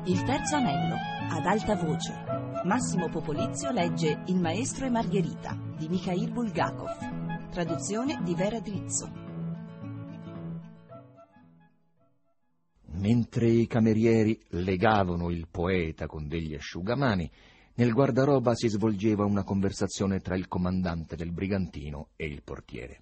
Il terzo anello, ad alta voce. Massimo Popolizio legge Il maestro e Margherita di Mikhail Bulgakov. Traduzione di Vera Drizzo. Mentre i camerieri legavano il poeta con degli asciugamani, nel guardaroba si svolgeva una conversazione tra il comandante del brigantino e il portiere.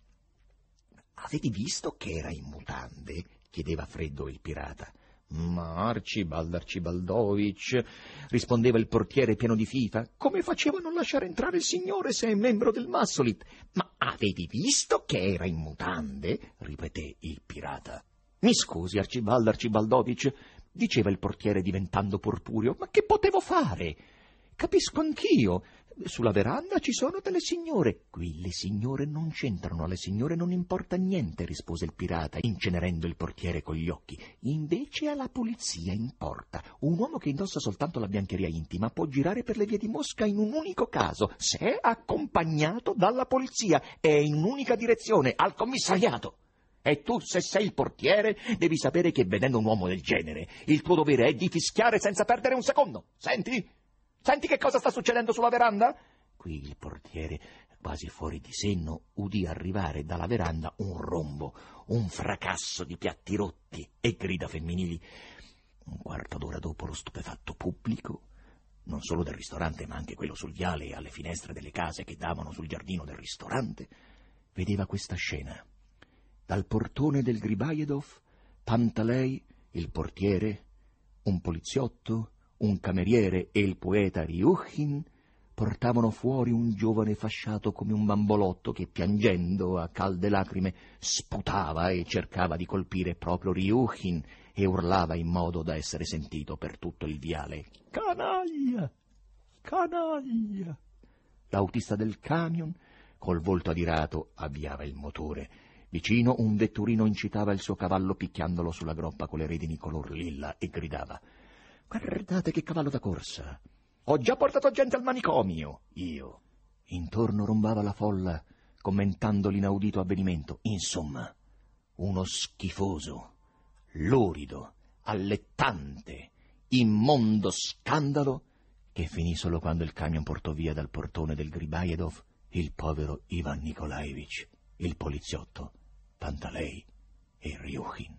«Avete visto che era in mutande?» chiedeva freddo il pirata. «Ma Archibald Archibaldovich», rispondeva il portiere pieno di fifa, «come faceva a non lasciare entrare il signore se è membro del Massolit?» «Ma avete visto che era in mutande?» ripeté il pirata. «Mi scusi, Archibald Archibaldovich», diceva il portiere diventando purpureo, «ma che potevo fare? Capisco anch'io. Sulla veranda ci sono delle signore». «Qui le signore non c'entrano, alle signore non importa niente», rispose il pirata, incenerendo il portiere con gli occhi. «Invece alla polizia importa. Un uomo che indossa soltanto la biancheria intima può girare per le vie di Mosca in un unico caso, se è accompagnato dalla polizia e in un'unica direzione, al commissariato. E tu, se sei il portiere, devi sapere che vedendo un uomo del genere, il tuo dovere è di fischiare senza perdere un secondo. Senti? Senti che cosa sta succedendo sulla veranda?» Qui il portiere, quasi fuori di senno, udì arrivare dalla veranda un rombo, un fracasso di piatti rotti e grida femminili. Un quarto d'ora dopo lo stupefatto pubblico, non solo del ristorante ma anche quello sul viale e alle finestre delle case che davano sul giardino del ristorante, vedeva questa scena. Dal portone del Gribajedov, Pantalei, il portiere, un poliziotto, un cameriere e il poeta Ryukhin portavano fuori un giovane fasciato come un bambolotto che, piangendo a calde lacrime, sputava e cercava di colpire proprio Ryukhin e urlava in modo da essere sentito per tutto il viale. «Canaglia! Canaglia!» L'autista del camion, col volto adirato, avviava il motore. Vicino un vetturino incitava il suo cavallo picchiandolo sulla groppa con le redini color lilla e gridava: «Guardate che cavallo da corsa! Ho già portato gente al manicomio, io!» Intorno rombava la folla, commentando l'inaudito avvenimento. Insomma, uno schifoso, lurido, allettante, immondo scandalo che finì solo quando il camion portò via dal portone del Gribajedov il povero Ivan Nikolaevich, il poliziotto, Pantalei e Ryukhin.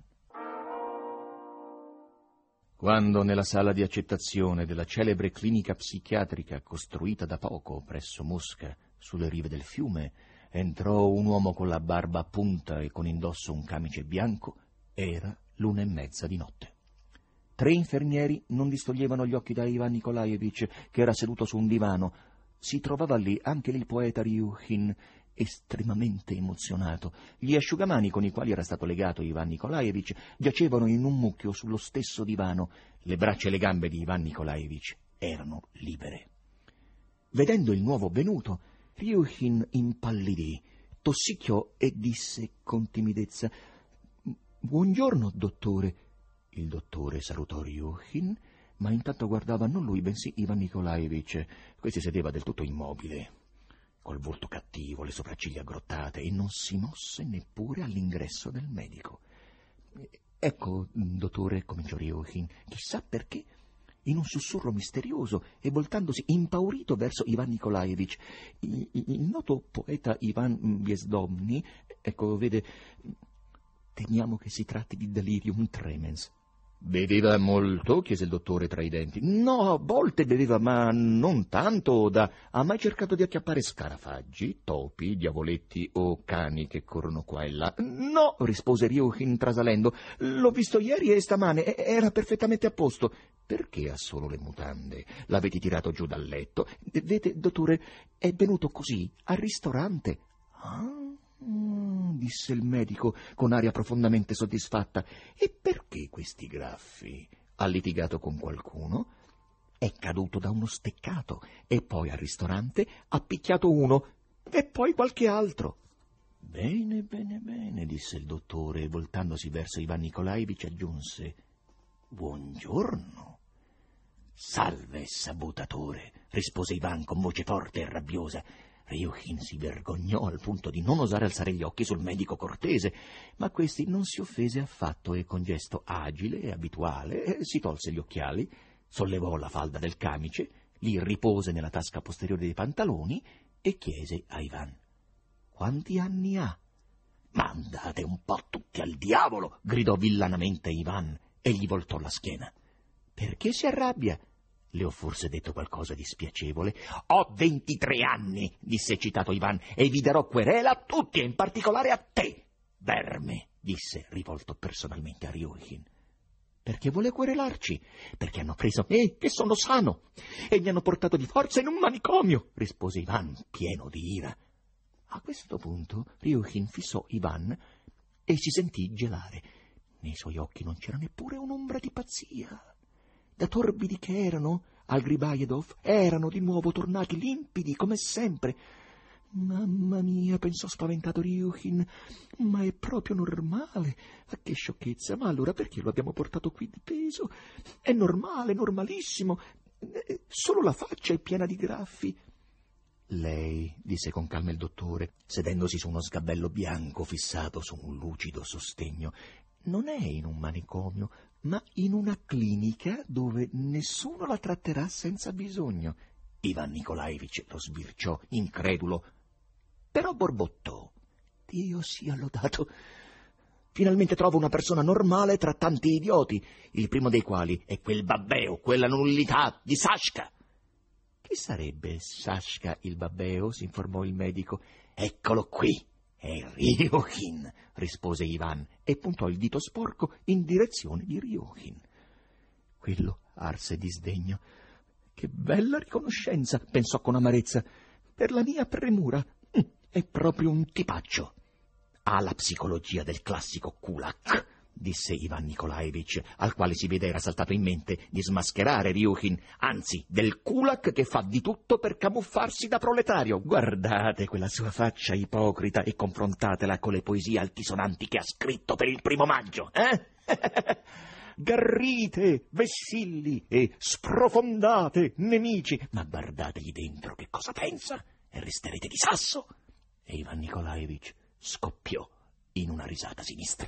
Quando nella sala di accettazione della celebre clinica psichiatrica costruita da poco presso Mosca, sulle rive del fiume, entrò un uomo con la barba a punta e con indosso un camice bianco, era 1:30 di notte. 3 infermieri non distoglievano gli occhi da Ivan Nikolaevich, che era seduto su un divano. Si trovava lì anche il poeta Ryukhin, estremamente emozionato. Gli asciugamani con i quali era stato legato Ivan Nikolaevich giacevano in un mucchio sullo stesso divano. Le braccia e le gambe di Ivan Nikolaevich erano libere. Vedendo il nuovo venuto, Ryukhin impallidì, tossicchiò e disse con timidezza: «Buongiorno, dottore». Il dottore salutò Ryukhin, ma intanto guardava non lui, bensì Ivan Nikolaevich. Questi sedeva del tutto immobile, col volto cattivo, le sopracciglia aggrottate, e non si mosse neppure all'ingresso del medico. «Ecco, dottore», cominciò Ryukhin, «chissà perché», in un sussurro misterioso e voltandosi impaurito verso Ivan Nikolaevich, «il noto poeta Ivan Biesdomny, ecco, vede, temiamo che si tratti di delirium tremens». «Beveva molto?» chiese il dottore tra i denti. «No, a volte beveva, ma non tanto da... Ha mai cercato di acchiappare scarafaggi, topi, diavoletti o cani che corrono qua e là?» «No», rispose Ryukhin trasalendo, «l'ho visto ieri e stamane, era perfettamente a posto». «Perché ha solo le mutande? L'avete tirato giù dal letto?» «Vede, dottore, è venuto così, al ristorante». «Ah», disse il medico con aria profondamente soddisfatta. «E perché questi graffi? Ha litigato con qualcuno? È caduto da uno steccato e poi al ristorante ha picchiato uno e poi qualche altro». «Bene, bene, bene», disse il dottore e voltandosi verso Ivan Nikolaevich aggiunse: «Buongiorno». «Salve, sabotatore», rispose Ivan con voce forte e rabbiosa. Ryukhin si vergognò al punto di non osare alzare gli occhi sul medico cortese, ma questi non si offese affatto e con gesto agile e abituale si tolse gli occhiali, sollevò la falda del camice, li ripose nella tasca posteriore dei pantaloni e chiese a Ivan: «Quanti anni ha?» «Ma andate un po' tutti al diavolo!» gridò villanamente Ivan e gli voltò la schiena. «Perché si arrabbia?» «Le ho forse detto qualcosa di spiacevole?» «Ho 23 anni», disse eccitato Ivan, «e vi darò querela a tutti, e in particolare a te, verme», disse, rivolto personalmente a Ryukin. «Perché vuole querelarci?» «Perché hanno preso me, che sono sano, e mi hanno portato di forza in un manicomio», rispose Ivan, pieno di ira. A questo punto Ryukin fissò Ivan e si sentì gelare. Nei suoi occhi non c'era neppure un'ombra di pazzia. Da torbidi che erano, al Gribajedov erano di nuovo tornati limpidi come sempre. «Mamma mia», pensò spaventato Ryukin, «ma è proprio normale. Che sciocchezza, ma allora perché lo abbiamo portato qui di peso? È normale, normalissimo. Solo la faccia è piena di graffi». «Lei», disse con calma il dottore, sedendosi su uno sgabello bianco fissato su un lucido sostegno, «non è in un manicomio, ma in una clinica dove nessuno la tratterà senza bisogno». Ivan Nikolaevich lo sbirciò, incredulo, però borbottò: «Dio sia lodato! Finalmente trovo una persona normale tra tanti idioti, il primo dei quali è quel babbeo, quella nullità di Sashka». «Chi sarebbe Sashka il babbeo?» si informò il medico. «Eccolo qui, è Ryukin», rispose Ivan e puntò il dito sporco in direzione di Ryukin. Quello arse di sdegno. «Che bella riconoscenza», pensò con amarezza, «per la mia premura. È proprio un tipaccio». «Ha la psicologia del classico kulak», disse Ivan Nikolaevich, al quale si vede era saltato in mente di smascherare Ryukin, anzi, del kulak che fa di tutto per camuffarsi da proletario. Guardate quella sua faccia ipocrita e confrontatela con le poesie altisonanti che ha scritto per il 1° maggio, eh? Garrite, vessilli e sprofondate nemici, ma guardategli dentro che cosa pensa e resterete di sasso. E Ivan Nikolaevich scoppiò in una risata sinistra.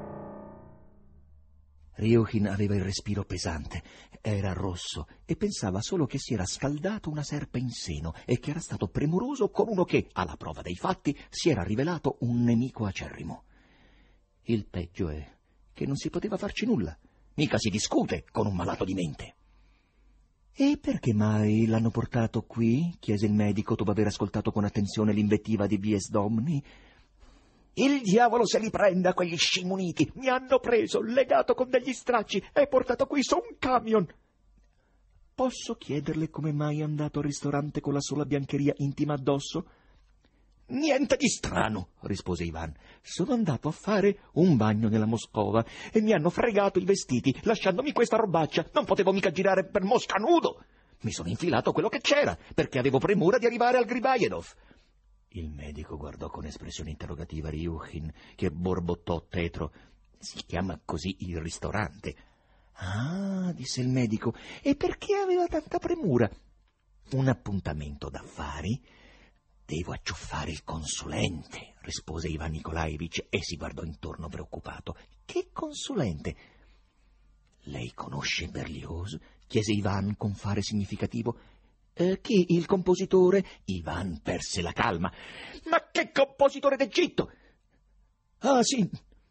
Ryukin aveva il respiro pesante, era rosso e pensava solo che si era scaldato una serpe in seno e che era stato premuroso con uno che, alla prova dei fatti, si era rivelato un nemico acerrimo. Il peggio è che non si poteva farci nulla. Mica si discute con un malato di mente. «E perché mai l'hanno portato qui?» chiese il medico dopo aver ascoltato con attenzione l'invettiva di Biesdomni. «Il diavolo se li prenda quegli scimuniti! Mi hanno preso, legato con degli stracci e portato qui su un camion!» «Posso chiederle come mai è andato al ristorante con la sola biancheria intima addosso?» «Niente di strano», rispose Ivan. «Sono andato a fare un bagno nella Moscova e mi hanno fregato i vestiti, lasciandomi questa robaccia. Non potevo mica girare per Mosca nudo. Mi sono infilato quello che c'era, perché avevo premura di arrivare al Gribajedov». Il medico guardò con espressione interrogativa Ryukin, che borbottò tetro. «Si chiama così il ristorante?» «Ah», disse il medico, «e perché aveva tanta premura?» «Un appuntamento d'affari?» «Devo acciuffare il consulente», rispose Ivan Nikolaevich e si guardò intorno preoccupato. «Che consulente?» «Lei conosce Berlioz?» chiese Ivan con fare significativo. «Chi, il compositore?» Ivan perse la calma. «Ma che compositore d'Egitto?» «Ah, sì.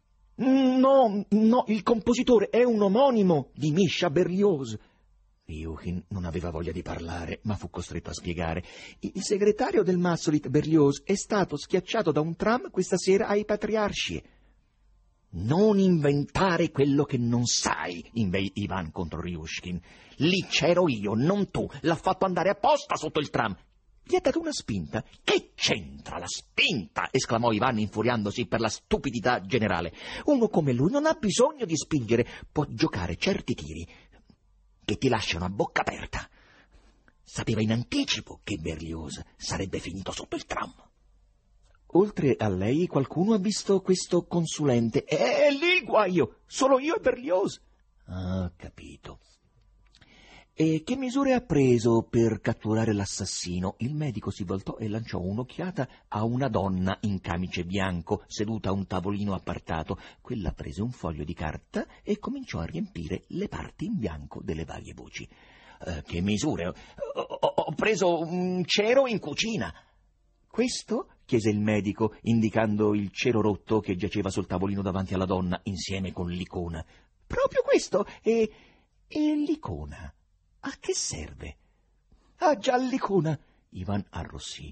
No, il compositore è un omonimo di Misha Berlioz». Ryukin non aveva voglia di parlare, ma fu costretto a spiegare. «Il segretario del Massolit, Berlioz, è stato schiacciato da un tram questa sera ai Patriarci». «Non inventare quello che non sai», inveì Ivan contro Ryushkin. «Lì c'ero io, non tu. L'ha fatto andare apposta sotto il tram. Gli ha dato una spinta». «Che c'entra la spinta?» esclamò Ivan infuriandosi per la stupidità generale. «Uno come lui non ha bisogno di spingere, può giocare certi tiri che ti lasciano a bocca aperta. Sapeva in anticipo che Berlioz sarebbe finito sotto il tram». «Oltre a lei, qualcuno ha visto questo consulente?» «È lì il guaio, solo io e Berlioz». «Ah, capito. «E che misure ha preso per catturare l'assassino?» Il medico si voltò e lanciò un'occhiata a una donna in camice bianco, seduta a un tavolino appartato. Quella prese un foglio di carta e cominciò a riempire le parti in bianco delle varie voci. «Che misure? Ho preso un cero in cucina». «Questo?» chiese il medico, indicando il cero rotto che giaceva sul tavolino davanti alla donna, insieme con l'icona. «Proprio questo? E l'icona? A che serve?» «Ah, già, l'icona!» Ivan arrossì.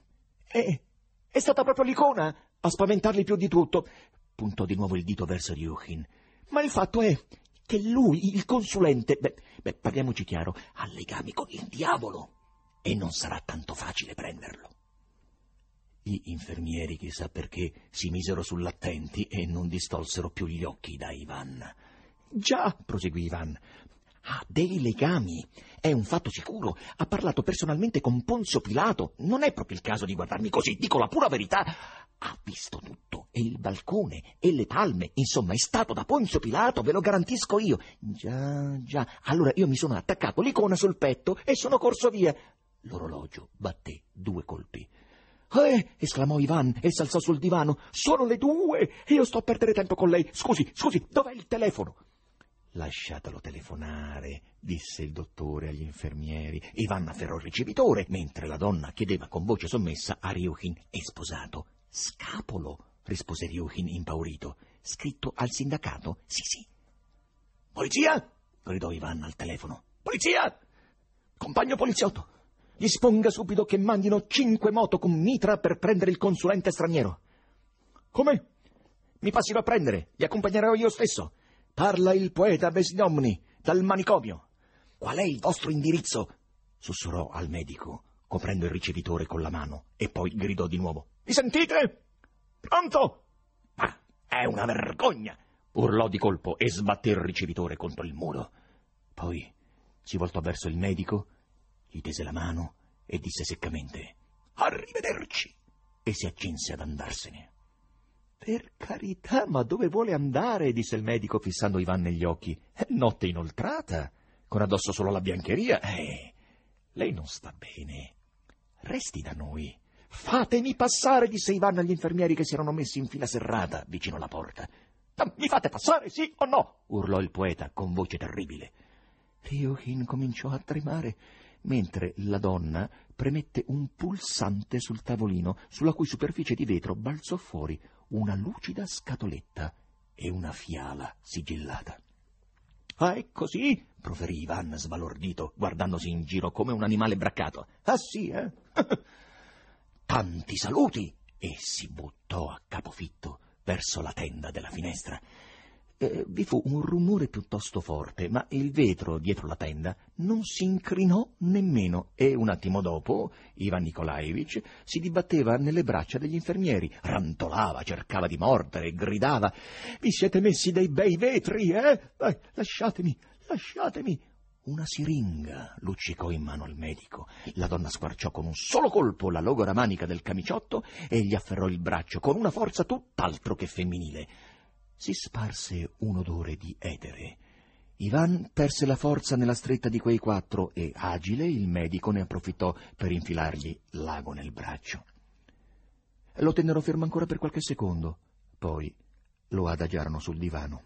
«È stata proprio l'icona a spaventarli più di tutto!» Puntò di nuovo il dito verso Ryuchin. «Ma il fatto è che lui, il consulente, parliamoci chiaro, ha legami con il diavolo e non sarà tanto facile prenderlo». Gli infermieri, chissà perché, si misero sull'attenti e non distolsero più gli occhi da Ivan. «Già», proseguì Ivan, «ha dei legami, è un fatto sicuro, ha parlato personalmente con Ponzio Pilato, non è proprio il caso di guardarmi così, dico la pura verità, ha visto tutto, e il balcone, e le palme, insomma è stato da Ponzio Pilato, ve lo garantisco io». Già, allora io mi sono attaccato l'icona sul petto e sono corso via». L'orologio batté 2 colpi. Esclamò Ivan e s'alzò sul divano. «Sono le 2! Io sto a perdere tempo con lei. Scusi, dov'è il telefono?» «Lasciatelo telefonare», disse il dottore agli infermieri. Ivan afferrò il ricevitore, mentre la donna chiedeva con voce sommessa a Ryuchin: «È sposato?» «Scapolo», rispose Ryuchin impaurito. «Scritto al sindacato?» «Sì». «Polizia!» gridò Ivan al telefono. «Polizia! Compagno poliziotto! Gli sponga subito che mandino 5 moto con mitra per prendere il consulente straniero». «Come?» «Mi passino a prendere, li accompagnerò io stesso. Parla il poeta Besnomni, dal manicomio». «Qual è il vostro indirizzo?» sussurrò al medico, coprendo il ricevitore con la mano, e poi gridò di nuovo: «Mi sentite? Pronto?» «Ma è una vergogna!» urlò di colpo e sbatté il ricevitore contro il muro. Poi si voltò verso il medico, gli tese la mano e disse seccamente: «Arrivederci!» e si accinse ad andarsene. «Per carità, ma dove vuole andare?» disse il medico, fissando Ivan negli occhi. «È notte inoltrata, con addosso solo la biancheria. Lei non sta bene. Resti da noi». «Fatemi passare!» disse Ivan agli infermieri che si erano messi in fila serrata vicino alla porta. «Mi fate passare, sì o no?» urlò il poeta con voce terribile. Ryuchin cominciò a tremare, mentre la donna premette un pulsante sul tavolino, sulla cui superficie di vetro balzò fuori una lucida scatoletta e una fiala sigillata. «Ah, è così?» proferì Ivan sbalordito, guardandosi in giro come un animale braccato. «Ah sì, eh?» «Tanti saluti!» e si buttò a capofitto verso la tenda della finestra. Vi fu un rumore piuttosto forte, ma il vetro dietro la tenda non si incrinò nemmeno, e un attimo dopo Ivan Nikolaevich si dibatteva nelle braccia degli infermieri, rantolava, cercava di mordere, gridava: «Vi siete messi dei bei vetri, eh? Lasciatemi!» Una siringa luccicò in mano al medico. La donna squarciò con un solo colpo la logora manica del camiciotto e gli afferrò il braccio con una forza tutt'altro che femminile. Si sparse un odore di etere. Ivan perse la forza nella stretta di quei 4 e, agile, il medico ne approfittò per infilargli l'ago nel braccio. Lo tennero fermo ancora per qualche secondo, poi lo adagiarono sul divano.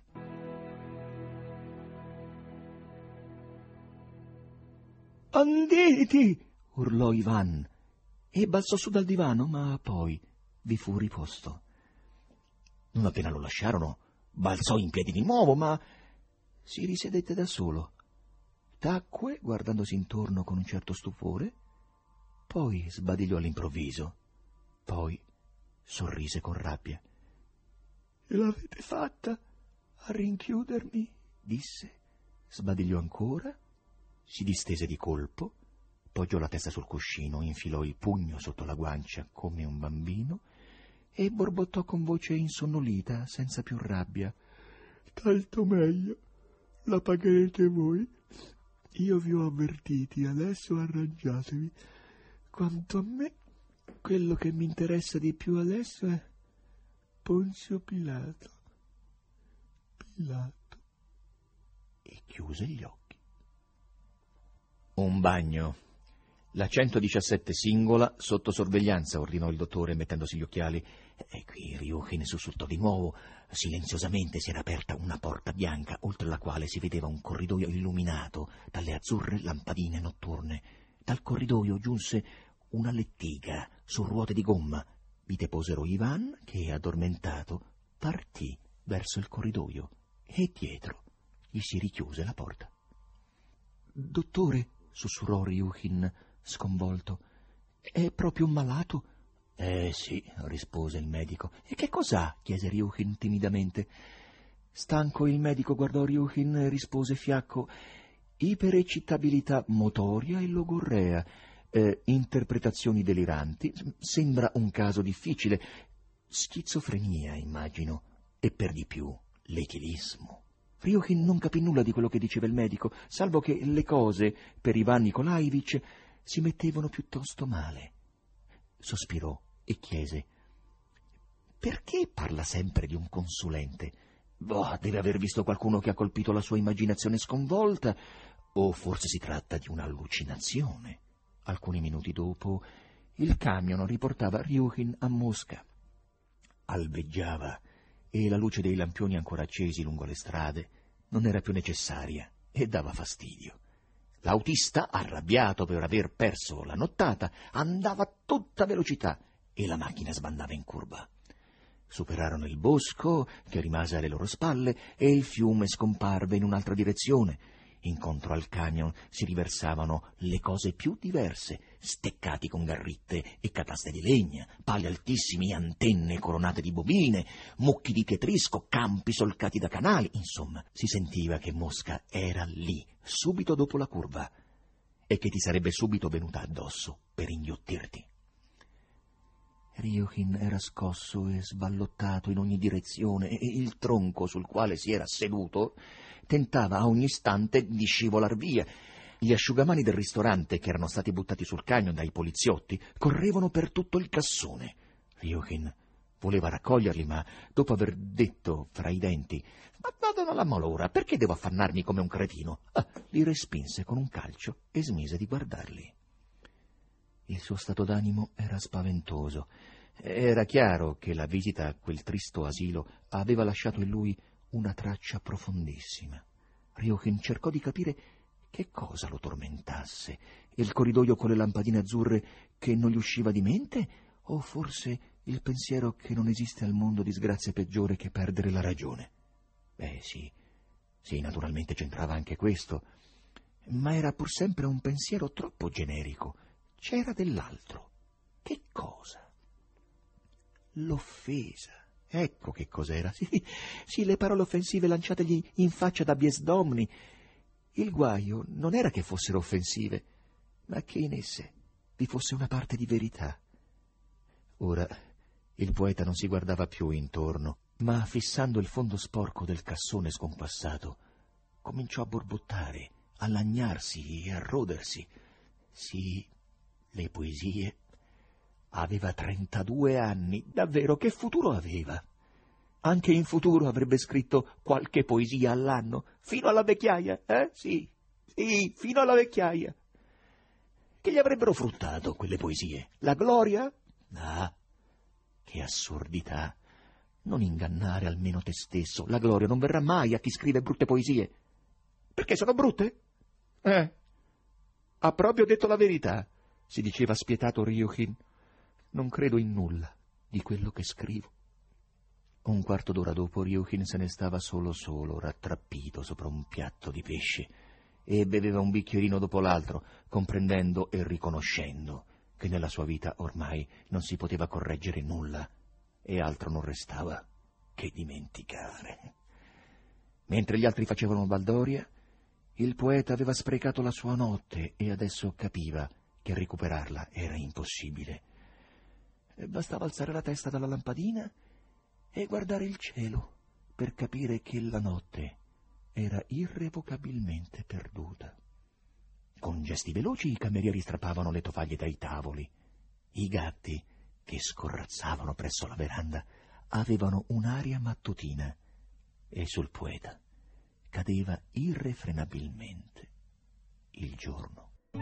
«Banditi!» urlò Ivan e balzò su dal divano, ma poi vi fu riposto. Non appena lo lasciarono, balzò in piedi di nuovo, ma si risedette da solo. Tacque, guardandosi intorno con un certo stupore, poi sbadigliò all'improvviso, poi sorrise con rabbia. «Ce l'avete fatta a rinchiudermi?» disse, sbadigliò ancora, si distese di colpo, poggiò la testa sul cuscino, infilò il pugno sotto la guancia come un bambino e borbottò con voce insonnolita, senza più rabbia: «Tanto meglio, la pagherete voi. Io vi ho avvertiti, adesso arrangiatevi. Quanto a me, quello che mi interessa di più adesso è Ponzio Pilato». E chiuse gli occhi. Un bagno. La 117 singola sotto sorveglianza, ordinò il dottore mettendosi gli occhiali. E qui Ryukin sussultò di nuovo. Silenziosamente si era aperta una porta bianca, oltre la quale si vedeva un corridoio illuminato dalle azzurre lampadine notturne. Dal corridoio giunse una lettiga su ruote di gomma. Vi deposero Ivan, che, addormentato, partì verso il corridoio e dietro gli si richiuse la porta. «Dottore», sussurrò Ryukin, sconvolto, «è proprio malato?» Sì», rispose il medico. «E che cos'ha?» chiese Ryukin timidamente. Stanco, il medico guardò Ryukin e rispose fiacco: «Iperecitabilità motoria e logorrea, interpretazioni deliranti. Sembra un caso difficile. Schizofrenia, immagino, e per di più l'etilismo». Ryukin non capì nulla di quello che diceva il medico, salvo che le cose per Ivan Nikolaevich si mettevano piuttosto male. Sospirò e chiese: «Perché parla sempre di un consulente? Deve aver visto qualcuno che ha colpito la sua immaginazione sconvolta, o forse si tratta di un'allucinazione». Alcuni minuti dopo il camion riportava Ryukin a Mosca. Albeggiava e la luce dei lampioni ancora accesi lungo le strade non era più necessaria e dava fastidio. L'autista, arrabbiato per aver perso la nottata, andava a tutta velocità e la macchina sbandava in curva. Superarono il bosco, che rimase alle loro spalle, e il fiume scomparve in un'altra direzione. Incontro al camion si riversavano le cose più diverse: steccati con garritte e cataste di legna, pali altissimi, antenne coronate di bobine, mucchi di pietrisco, campi solcati da canali. Insomma, si sentiva che Mosca era lì, subito dopo la curva, e che ti sarebbe subito venuta addosso per inghiottirti. Ryukin era scosso e sballottato in ogni direzione, e il tronco sul quale si era seduto tentava a ogni istante di scivolar via. Gli asciugamani del ristorante, che erano stati buttati sul camion dai poliziotti, correvano per tutto il cassone. Ryukin voleva raccoglierli, ma dopo aver detto fra i denti: «Ma vado alla malora, perché devo affannarmi come un cretino?», li respinse con un calcio e smise di guardarli. Il suo stato d'animo era spaventoso. Era chiaro che la visita a quel tristo asilo aveva lasciato in lui una traccia profondissima. Ryukin cercò di capire che cosa lo tormentasse: il corridoio con le lampadine azzurre che non gli usciva di mente, o forse il pensiero che non esiste al mondo disgrazia peggiore che perdere la ragione. Sì, naturalmente c'entrava anche questo, ma era pur sempre un pensiero troppo generico. C'era dell'altro. Che cosa? L'offesa. Ecco che cos'era. Sì, le parole offensive lanciategli in faccia da Biesdomni. Il guaio non era che fossero offensive, ma che in esse vi fosse una parte di verità. Ora il poeta non si guardava più intorno, ma fissando il fondo sporco del cassone sconquassato, cominciò a borbottare, a lagnarsi e a rodersi. Sì, le poesie. Aveva 32 anni, davvero, che futuro aveva? Anche in futuro avrebbe scritto qualche poesia all'anno, fino alla vecchiaia, Sì, fino alla vecchiaia. Che gli avrebbero fruttato quelle poesie? La gloria? Ah, che assurdità! Non ingannare almeno te stesso. La gloria non verrà mai a chi scrive brutte poesie. Perché sono brutte? Ha proprio detto la verità, si diceva spietato Ryukin. Non credo in nulla di quello che scrivo. Un quarto d'ora dopo Ryukin se ne stava solo, rattrappito sopra un piatto di pesce, e beveva un bicchierino dopo l'altro, comprendendo e riconoscendo che nella sua vita ormai non si poteva correggere nulla e altro non restava che dimenticare. Mentre gli altri facevano baldoria, il poeta aveva sprecato la sua notte e adesso capiva che recuperarla era impossibile. Bastava alzare la testa dalla lampadina e guardare il cielo per capire che la notte era irrevocabilmente perduta. Con gesti veloci i camerieri strappavano le tovaglie dai tavoli. I gatti, che scorrazzavano presso la veranda, avevano un'aria mattutina, e sul poeta cadeva irrefrenabilmente il giorno.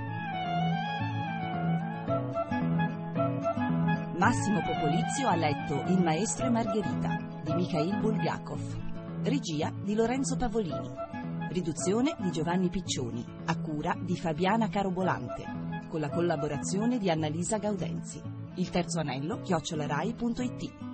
Massimo Popolizio ha letto Il maestro e Margherita di Mikhail Bulgakov. Regia di Lorenzo Pavolini. Riduzione di Giovanni Piccioni, a cura di Fabiana Carobolante, con la collaborazione di Annalisa Gaudenzi. Il terzo anello @rai.it.